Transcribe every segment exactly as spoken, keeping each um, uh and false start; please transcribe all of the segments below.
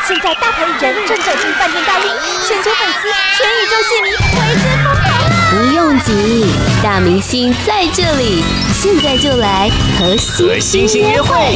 现在大牌艺人正走进饭店大厅，全球粉丝、全宇宙戏迷为之疯狂啊！ 不用急，大明星在这里，现在就来和星星约会。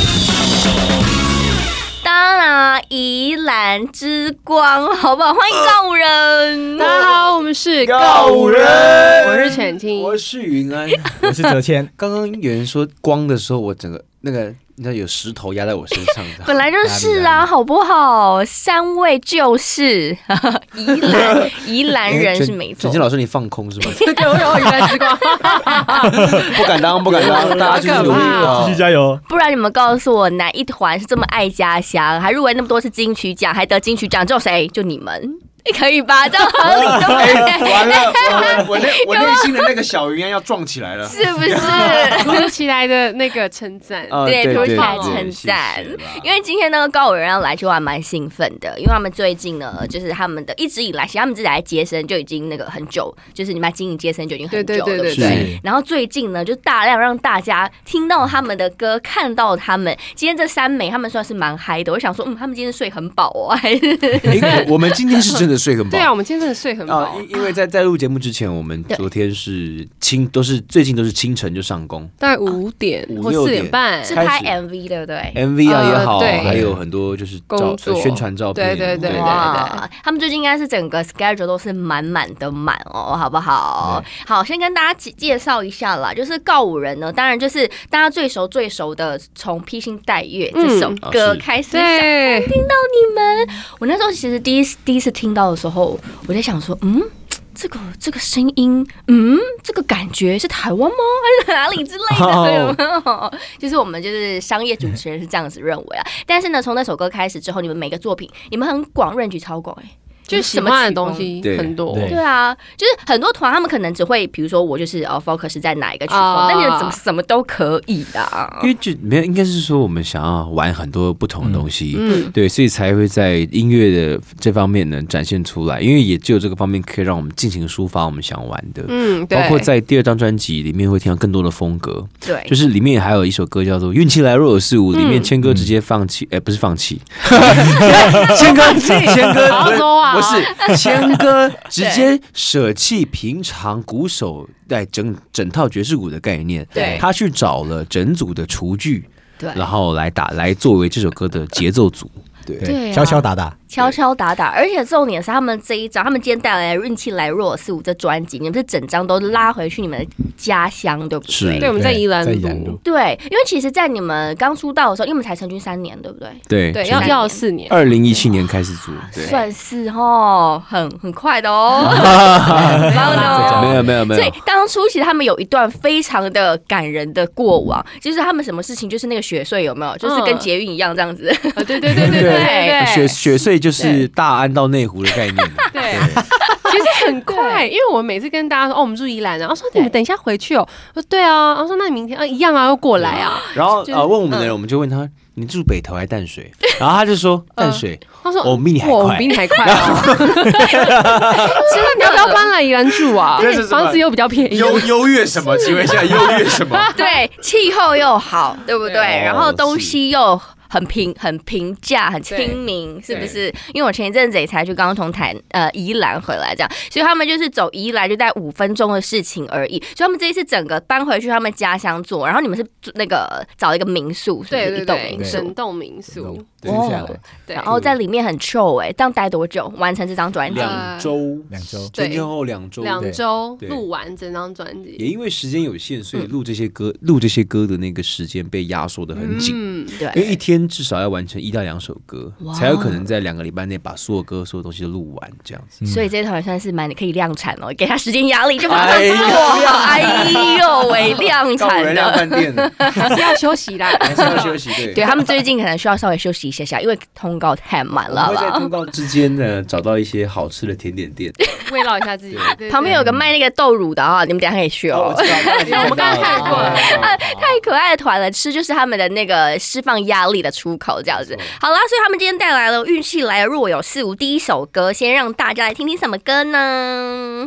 当然，宜兰之光，好不好？欢迎告五人。 大家好，我们是告五人， 我是陈清， 我是云安， 我是哲谦。 刚刚有人说光的时候，我整个那个你知道有石头压在我身上的， 本来就是啊，好不好？三位就是宜兰，宜兰人是没错。 陈清老师，你放空是吗？ 对，我有宜兰之光， 不敢当，不敢当，大家继续努力啊， 继续加油！ 不然你们告诉我，哪一团是这么爱家乡，还入围那么多次金曲奖，还得金曲奖，只有谁？就你们。可以吧？这样合理对不对？ 完了，完了，我内我内心的那个小云安要撞起来了， 是不是？ 突如其来的那个称赞， 对，突如其来称赞。因为今天呢，告五人要来，就还蛮兴奋的，因为他们最近呢，就是他们的一直以来，其实他们自己来接生就已经那个很久，就是你们经营接生就已经很久了，对不对？然后最近呢，就大量让大家听到他们的歌，看到他们。今天这三枚，他们算是蛮嗨的。我想说，嗯，他们今天睡很饱哦，还是？ 我们今天是真的。睡很饱， 对啊，我们今天真的睡很饱。 啊、因为在在录节目之前，我们昨天是清都是最近都是清晨就上工， 大概五点或四点半， 是拍 M V 对不对 ？M V 啊也好，呃、还有很多就是照宣传照片， 对对对对对对。他们最近应该是整个 schedule 都是满满的满哦，好不好？好，先跟大家介绍一下啦，就是告五人呢，当然就是大家最熟最熟的，从《披星戴月》这首歌开始，对，听到你们，我那时候其实第一第一次听到。的时候，我在想说，嗯，这个这个声音，嗯，这个感觉是台湾吗？还是哪里之类的？ Oh. 有没有？就是我们就是商业主持人是这样子认为啊。但是呢，从那首歌开始之后，你们每个作品，你们很广，range超广哎、欸。 就是喜欢的东西很多， 对啊，就是很多团他们可能只会，比如说我就是哦 focus 在哪一个曲风，但你们怎么什么都可以啊？ 因为就没有，应该是说我们想要玩很多不同的东西，嗯，对，所以才会在音乐的这方面呢展现出来。因为也只有这个方面可以让我们尽情抒发我们想玩的，嗯，包括在第二张专辑里面会听到更多的风格， 对， 就是里面还有一首歌叫做《运气来若有似无》，里面谦哥直接放弃，哎，不是放弃，谦哥，谦哥，不是。谦哥直接舍弃平常鼓手在整整套爵士鼓的概念， 对， 他去找了整组的厨具， 对， 然后来打来作为这首歌的节奏组，对， 对啊， 敲敲打打。 敲敲打打，而且重点是他们这一张，他们今天带来的《运气来若有似无》这专辑，你们是整张都拉回去你们的家乡，对不对？ 对，我们在宜兰录。 对，因为其实，在你们刚出道的时候，因为我们才成军三年，对不对？ 对对，要要四年。 二零一七年开始做， 算是哦，很很快的哦， 很棒的哦。没有没有没有。 所以当初其实他们有一段非常的感人的过往，就是他们什么事情，就是那个雪隧有没有？就是跟捷运一样这样子。 对对对对对对， 雪雪隧就是大安到内湖的概念。 对，其实很快，因为我每次跟大家说哦，我们住宜兰，然后说你们等一下回去哦，我说对啊，然后说那你明天啊一样啊，要过来啊。 然后啊问我们的人，我们就问他你住北投还是淡水？然后他就说淡水。他说我比你还快， 我比你还快啊。其实你要不要搬来宜兰住啊？房子又比较便宜。 优优越什么？请问一下优越什么？ 对，气候又好，对不对？然后东西又。很平很平价很亲民，是不是？因为我前一阵子也才去刚刚从台呃宜兰回来，这样，所以他们就是走宜兰就大概五分钟的事情而已。所以他们这一次整个搬回去他们家乡做，然后你们是那个找一个民宿，是不是？ 对对对， 一栋民宿， 整栋民宿。 哦，然后在里面很 chill 哎，这样待多久完成这张专辑？ 两周， 两周， 前前后两周， 两周录完整张专辑。 也因为时间有限，所以录这些歌，录这些歌的那个时间被压缩的很紧。嗯，对，因为一天至少要完成一到两首歌，才有可能在两个礼拜内把所有歌、所有东西都录完，这样子。 所以这团算是蛮可以量产哦，给他时间压力就马上做。哎呦喂，量产的， 饭店还是要休息啦， 还是要休息。对， 对他们最近可能需要稍微休息一下下，因为通告太满了。 我们会在通告之间呢找到一些好吃的甜点店， 慰劳一下自己。 旁边有个卖那个豆乳的啊，你们等一下可以去哦。 我们刚才看过了， 太可爱的团了，吃就是他们的那个释放压力的出口，这样子。好啦，所以他们今天带来了运气来了若有似无第一首歌，先让大家来听听什么歌呢？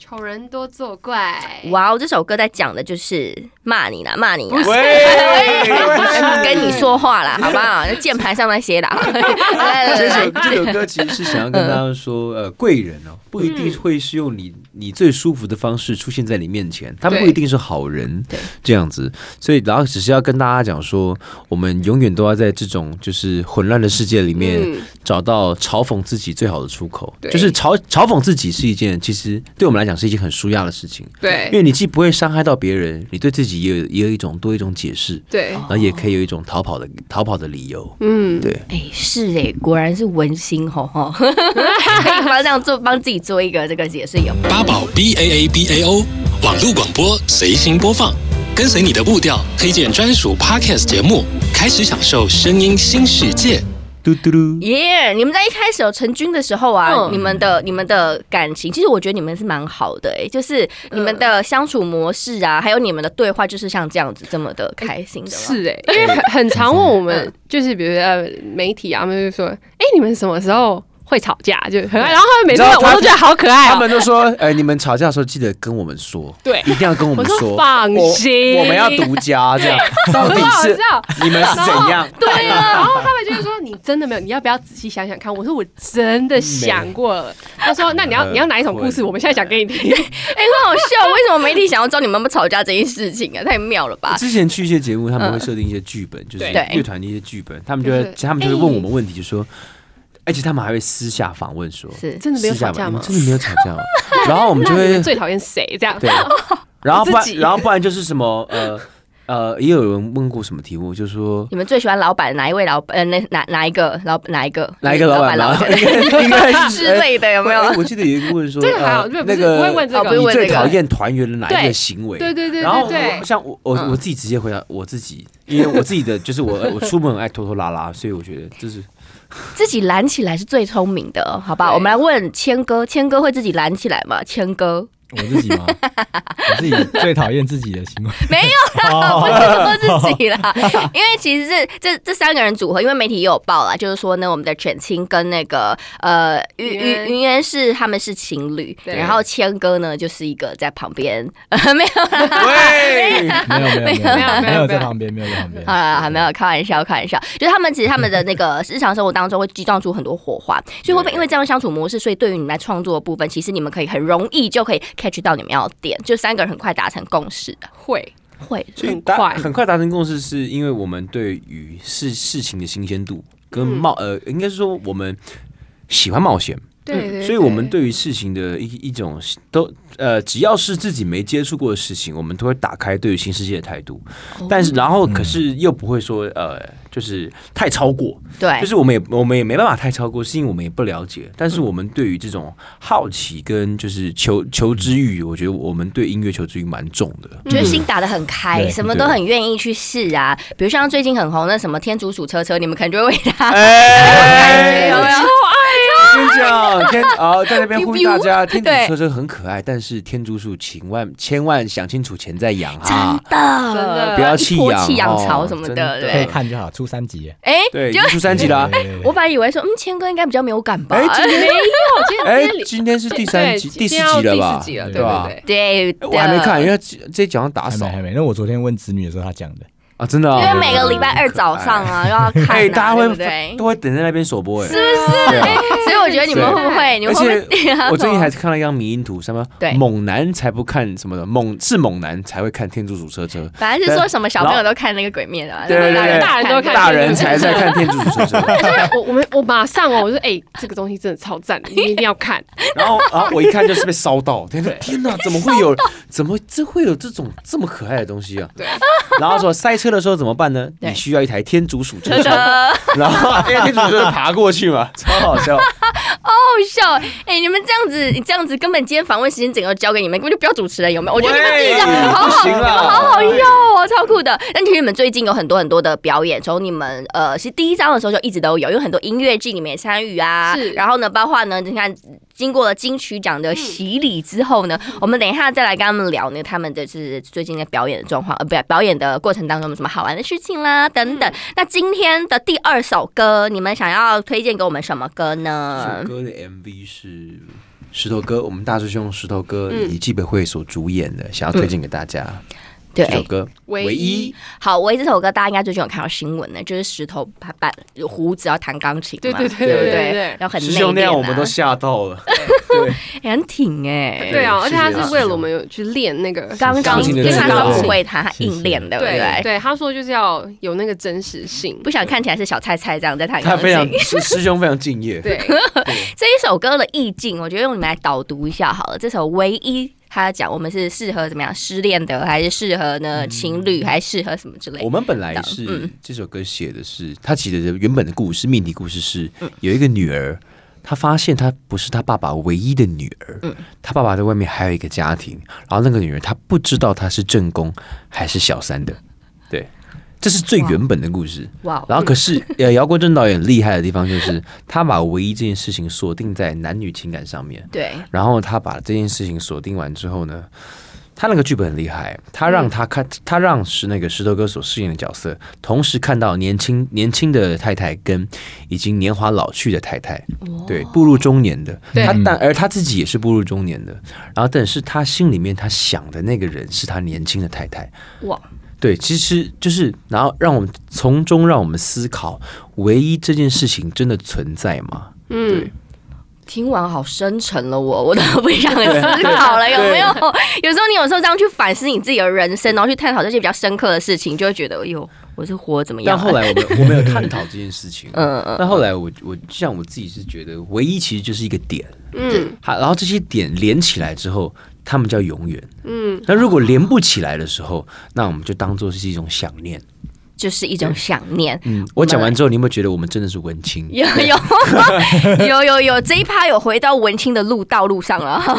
丑人多作怪。 哇哦，这首歌在讲的就是骂你啦，骂你啦， 跟你说话啦，好不好？键盘上那些啦。 这首这首歌其实是想要跟大家说，呃，贵人哦，不一定会是用你你最舒服的方式出现在你面前，他们不一定是好人，这样子。所以，然后只是要跟大家讲说，我们永远都要在这种就是混乱的世界里面找到嘲讽自己最好的出口。就是嘲嘲讽自己是一件，其实对我们来讲是一件很舒压的事情。 对， 因为你既不会伤害到别人，你对自己也有也有一种多一种解释。 对， 然后也可以有一种逃跑的逃跑的理由。 嗯， 对， 哎、欸，是哎、欸，果然是文心吼吼，可以帮这样做，帮自己做一个这个解释有。 八宝 B A A B A O 网络广播随心播放，跟随你的步调，推荐专属 Podcast 节目，开始享受声音新世界。 嘟嘟嘟， 耶！你们在一开始有成军的时候啊， 嗯、 你们的你们的感情，其实我觉得你们是蛮好的哎、欸，就是你们的相处模式啊，还有你们的对话，就是像这样子这么的开心的。 是哎、欸，因为很很常问我们，就是比如呃媒体啊，他们就说，哎、欸，你们什么时候会吵架？就很爱，然后他们每次我都觉得好可爱、喔、 他们都说，呃，你们吵架的时候记得跟我们说， 对， 一定要跟我们说， 我放心， 我, 我们要独家，这样到底是你们是怎样？ 对啊，然后他们就是说，你真的没有，你要不要仔细想想看？我说我真的想过了。他说，那你要你要哪一种故事？我们现在讲给你听。哎、欸， 很好笑，为什么媒体想要知道你们有没有吵架这件事情啊？太妙了吧！ 之前去一些节目，他们会设定一些剧本，就是乐团的一些剧本，他们就会他们就会问我们问题，就说。而且他们还会私下访问说：“ 是真的没有吵架吗？ 真的没有吵架吗？”然后我们就会最讨厌谁这样？ 对，然后不然，然后不然就是什么呃呃，也有人问过什么题目，就是说你们最喜欢老板哪一位老板？呃，那哪哪一个老哪一个哪一个老板老板应该之类的有没有？ 我记得有一个问说， 这个还好，那个不会问这个， 你最讨厌团员的哪一个行为？ 对对对。 然后像我我我自己直接回答我自己，因为我自己的就是我我出门很爱拖拖拉拉，所以我觉得这是。 自己拦起来是最聪明的，好吧？我们来问谦哥，谦哥会自己拦起来吗？谦哥， 我自己吗？我自己最讨厌自己的行为。 没有啦，不是说自己啦，因为其实是这这三个人组合，因为媒体也有报啦，就是说呢，我们的犬青跟那个呃云云云渊是他们是情侣，然后谦哥呢就是一个在旁边，呃、没有啦， 喂，没有没有没有没有在旁边，没有在旁边。 好了，还没有开玩笑，开玩笑，就是他们其实他们的那个日常生活当中会激荡出很多火花，所以会不会因为这样相处模式，所以对于你们在创作的部分，其实你们可以很容易就可以 catch 到你们要的点，就三个人很快达成共识的， 会会很快很快达成共识，是因为我们对于事事情的新鲜度跟冒、嗯、呃，应该是说我们喜欢冒险。 对, 对, 对， 所以我们对于事情的一一种都呃，只要是自己没接触过的事情，我们都会打开对于新世界的态度。哦、但是，然后可是又不会说呃，就是太超过。 对， 就是我们也我们也没办法太超过，是因为我们也不了解。但是我们对于这种好奇跟就是求求知欲，我觉得我们对音乐求知欲蛮重的， 就是心打得很开，嗯、什么都很愿意去试啊。比如像最近很红的什么天竺鼠车车，你们可能就会为他， 哎， 有没有？ 我跟你讲，天啊，在那边呼吁大家，天竺鼠车车很可爱，但是天竺鼠千万千万想清楚钱在养哈， 真的，真的不要弃养， 弃养潮什么的， 可以看就好，出三集， 哎， 对，已经出三集了。 哎，我本来以为说，嗯，谦哥应该比较没有感吧？ 哎，今天没有， 哎，今天是第三集、第四集了吧？ 对吧？ 对， 我还没看，因为这讲要打扫， 还没。那我昨天问子女的时候，他讲的。 啊，真的、哦， 因为每个礼拜二早上啊，又要看、啊， 欸、大家会对不对？ 都会等在那边首播，哎， 是不是？啊、所以我觉得你们会不会？你们会不会？ 我最近还看了一张迷因图，什么猛男才不看什么的，猛是猛男才会看天竺鼠车车， 反正是说什么小朋友都看那个鬼灭的， 对对对， 大人都看， 大人才在看天竺鼠车车。 我我们我马上哦，我说哎、欸，这个东西真的超赞的，你一定要看。 然后然后我一看就是被烧到，天哪，天哪，怎么会有？怎么这会有这种这么可爱的东西啊？ 对。 然后说塞车的时候怎么办呢？你需要一台天竺鼠车车，然后因为天竺鼠车爬过去嘛，超好笑， 好好笑。哎、欸，你们这样子，你这样子根本今天访问时间整个交给你们，根本就不要主持人，有没有？我觉得你们自己这样好好，好好笑哦，超酷的。但其实你们最近有很多很多的表演，从你们呃，其实第一章的时候就一直都有，有很多音乐剧你们也参与啊。是。然后呢，包括呢，你看。经过了金曲奖的洗礼之后呢，嗯、我们等一下再来跟他们聊呢，他们的是最近的表演的状况，呃，表表演的过程当中有什么好玩的事情啦，等等。嗯、那今天的第二首歌，你们想要推荐给我们什么歌呢？ 这首歌的 M V 是石头哥，我们大师兄石头哥以及纪北会所主演的，想要推荐给大家。 对， 这首歌唯一好，唯一这首歌大家应该最近有看到新闻的，就是石头他扮有胡子要弹钢琴嘛， 对对对对对对， 然后很内敛、啊。 师兄那样我们都吓到了， 对，很挺哎、欸， 对啊，而且他是为了我们有去练那个钢琴，因为他说不会弹，他硬练的，对不对？ 对，他说就是要有那个真实性， 不想看起来是小菜菜这样在弹钢琴。 他非常师兄非常敬业。 对， 这一首歌的意境，我觉得用你们来导读一下好了。这首唯一。他讲我们是适合怎么样失恋的，还是适合呢情侣，还是适合什么之类的？ 我们本来是、嗯、这首歌写的是，他写的原本的故事命题故事是、嗯、有一个女儿，她发现她不是她爸爸唯一的女儿，嗯，她爸爸在外面还有一个家庭，然后那个女儿她不知道她是正宫还是小三的，对。这是最原本的故事，哇！然后可是，呃，姚国正导演厉害的地方就是，他把唯一这件事情锁定在男女情感上面， 对。 然后他把这件事情锁定完之后呢，他那个剧本很厉害，他让他看，他让是那个石头哥所饰演的角色，同时看到年轻年轻的太太跟已经年华老去的太太，对，步入中年的，他但而他自己也是步入中年的，然后但是他心里面他想的那个人是他年轻的太太，哇。对，其实就是，然后让我们从中让我们思考，唯一这件事情真的存在吗？嗯，对。 听完好深沉了我，我都不想思考了，有没有？有时候你有时候这样去反思你自己的人生，然后去探讨这些比较深刻的事情，就会觉得，哎呦，我是活怎么样？ 但后来我们我没有探讨这件事情，嗯嗯。但后来我我像我自己是觉得，唯一其实就是一个点，嗯，好，然后这些点连起来之后。他们叫永远，嗯，那如果连不起来的时候，那我们就当作是一种想念， 就是一种想念。 嗯，我讲完之后，你有没有觉得我们真的是文青？ 有有有有有，这一趴有回到文青的路道路上了。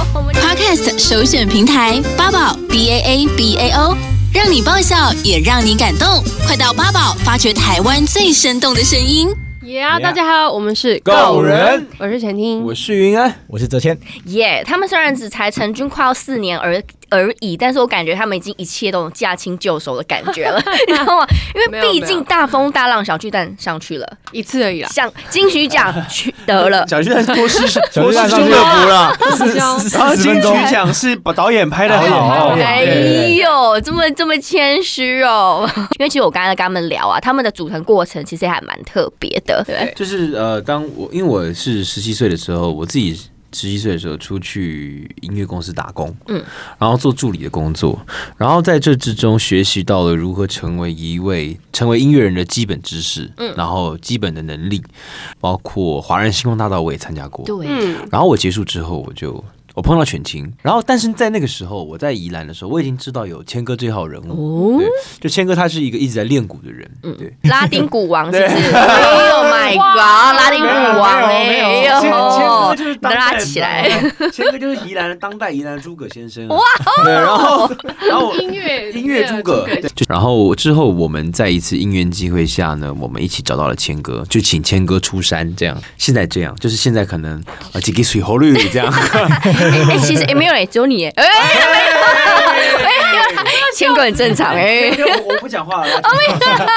Podcast 首选平台八宝 B A A B A O， 让你爆笑也让你感动，快到八宝发掘台湾最生动的声音。 耶、yeah, ！大家好，我们是告五人， 我是陈听， 我是云安， 我是哲谦。 耶！ Yeah, 他们虽然只才成军快要四年而而已，但是我感觉他们已经一切都有驾轻就熟的感觉了，你知道吗？因为毕竟大风大浪小巨蛋上去了一次而已啦， 像金曲奖取得了， 小巨蛋多是多是兄乐福了，然后金曲奖是把导演拍的好， 哎呦，这么这么谦虚哦。因为其实我刚才跟他们聊啊，他们的组成过程其实还蛮特别的。对， 就是呃，当我因为我是十七岁的时候，我自己十七岁的时候出去音乐公司打工，嗯，然后做助理的工作，然后在这之中学习到了如何成为一位成为音乐人的基本知识，嗯，然后基本的能力，包括华人星光大道我也参加过， 对， 然后我结束之后我就。我碰到犬青，然后但是在那个时候，我在宜兰的时候，我已经知道有谦哥这号人物。哦、对，就谦哥他是一个一直在练鼓的人，嗯，对， 拉丁鼓王是不是 ？Oh my god， 拉丁鼓王哎呦， 谦哥就是当代拉起来， 谦哥就是宜兰的当代宜兰的诸葛先生。哇，对，然后然后音乐音乐诸葛，对，然后之后我们在一次因缘机会下呢，我们一起找到了谦哥，就请谦哥出山，这样现在这样，就是现在可能呃几个水喉绿这样。 哎、欸，其实也、欸、没有哎，只有你哎，哎、欸，没有，哎，谦哥很正常哎、欸， 我不讲话了， 哦没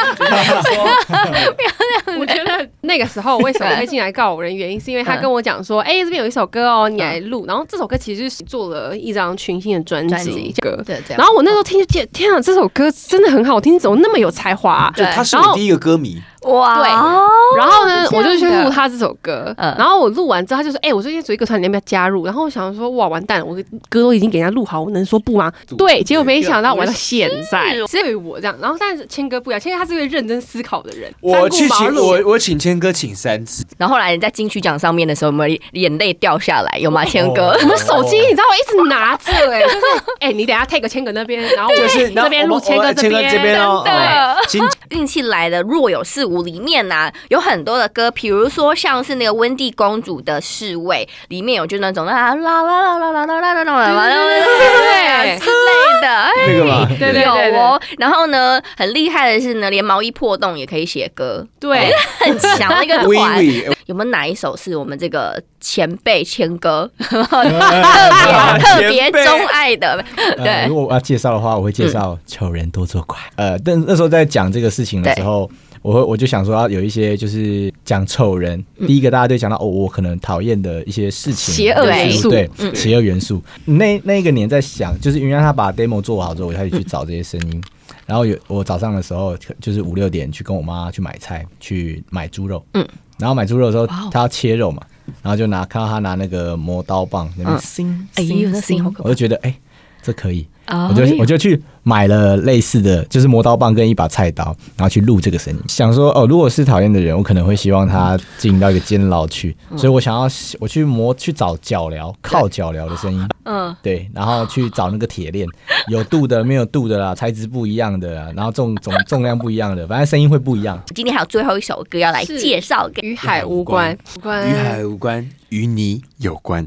有，我觉得那个时候为什么会进来告五人，原因是因为他跟我讲说，哎、欸，这边有一首歌哦，你来录，然后这首歌其实是做了一张群星的专辑歌， 对，这样。 然后我那时候听就天，天啊，这首歌真的很好听，怎么那么有才华、啊？ 就他是我第一个歌迷。 哇， 对，然后呢，我就去录他这首歌，嗯、然后我录完之后，他就说：“哎、欸，我最近组一个团，你要不要加入？”然后我想说：“哇，完蛋了，我歌都已经给人家录好，我能说不吗？”对，结果没想到玩到现在，所以我这样。然后但是谦哥不一样，谦哥他是一个认真思考的人。 我去请我我请谦哥请三次， 然后后来你在金曲奖上面的时候，有没有眼泪掉下来？有吗？谦哥， 我们手机你知道我一直拿着哎、欸，就是哎、欸，你等一下 take 谦哥那边，然后就是这边录谦哥这边， 这边哦， 真的。运气来的若有似无里面呐、啊。有很多的歌，比如说像是那个温蒂公主的侍卫，里面有就那种啦啦啦啦啦啦啦啦啦啦对之类的， 那个嘛， 对对有哦。然后呢，很厉害的是呢，连毛衣破洞也可以写歌， 对， 很强那个团。有没有哪一首是我们这个前辈谦哥特别特别钟爱的？对， 如果我要介绍的话，我会介绍《求人多作怪》。呃，但那时候在讲这个事情的时候。 我我就想说要有一些就是讲丑人，嗯、第一个大家就讲到哦，我可能讨厌的一些事情， 邪恶元素， 对，嗯、邪恶元素。那那个年在想，就是云安他把 demo 做好之后，我开始去找这些声音。然后有我早上的时候，就是五六点去跟我妈去买菜，去买猪肉。嗯，然后买猪肉的时候，他要切肉嘛，然后就拿看到他拿那个磨刀棒那边叮， 哎呦，那声音好可怕！ 我就觉得哎、欸，这可以。Oh, 我就我就去买了类似的，就是磨刀棒跟一把菜刀，然后去录这个声音。想说哦，如果是讨厌的人，我可能会希望他进到一个监牢去，嗯、所以我想要我去磨去找脚镣，靠脚镣的声音，嗯，对，然后去找那个铁链，有镀的没有镀的啦，材质不一样的啦，然后重重重量不一样的，反正声音会不一样。 今天还有最后一首歌要来介绍，跟与海无关， 与海无关，与你有关。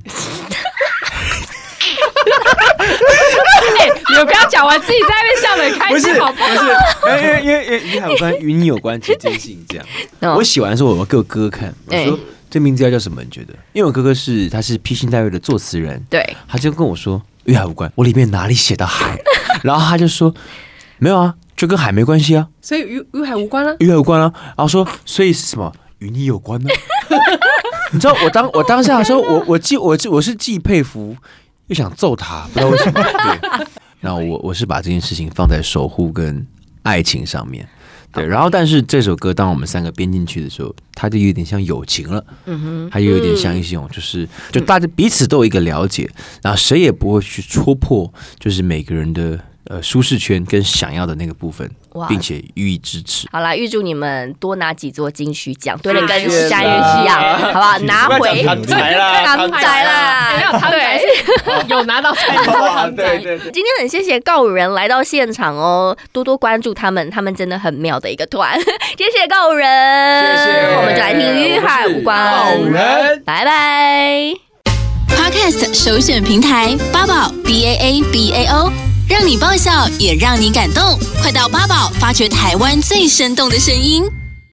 欸、你们不要讲完自己在那边笑得很开心，好不好？ 不是，因为因为因为与海有关，与你有关，其实这件事情这样。我写完的时候，我给我哥看，我说、欸、这名字要叫什么？你觉得？因为我哥哥是他是披星戴月的作词人， 对， 他就跟我说与海无关，我里面哪里写到海？然后他就说没有啊，就跟海没关系啊， 所以与与海无关啊， 与海无关啊。然后说所以是什么？与你有关呢？你知道我当我当下的时候，我我既我我是既佩服。又想揍他，不知道为什么。对，然后我我是把这件事情放在守护跟爱情上面，对。然后但是这首歌当我们三个编进去的时候，它就有点像友情了，嗯哼，它又有点像一种就是就大家彼此都有一个了解，然后谁也不会去戳破，就是每个人的呃舒适圈跟想要的那个部分，并且予以支持。 好啦，预祝你们多拿几座金曲奖，对的跟山一样，好不好？拿回唐仔啦， 唐仔啦， 没有唐仔是有拿到才有唐仔。 今天很谢谢告五人来到现场哦，多多关注他们，他们真的很妙的一个团。谢谢告五人， 谢谢， 我们就来听与海无关。 告五人， 拜拜。 Podcast 首选平台八宝 B A A B A O。让你爆笑，也让你感动。快到八宝发掘台湾最生动的声音。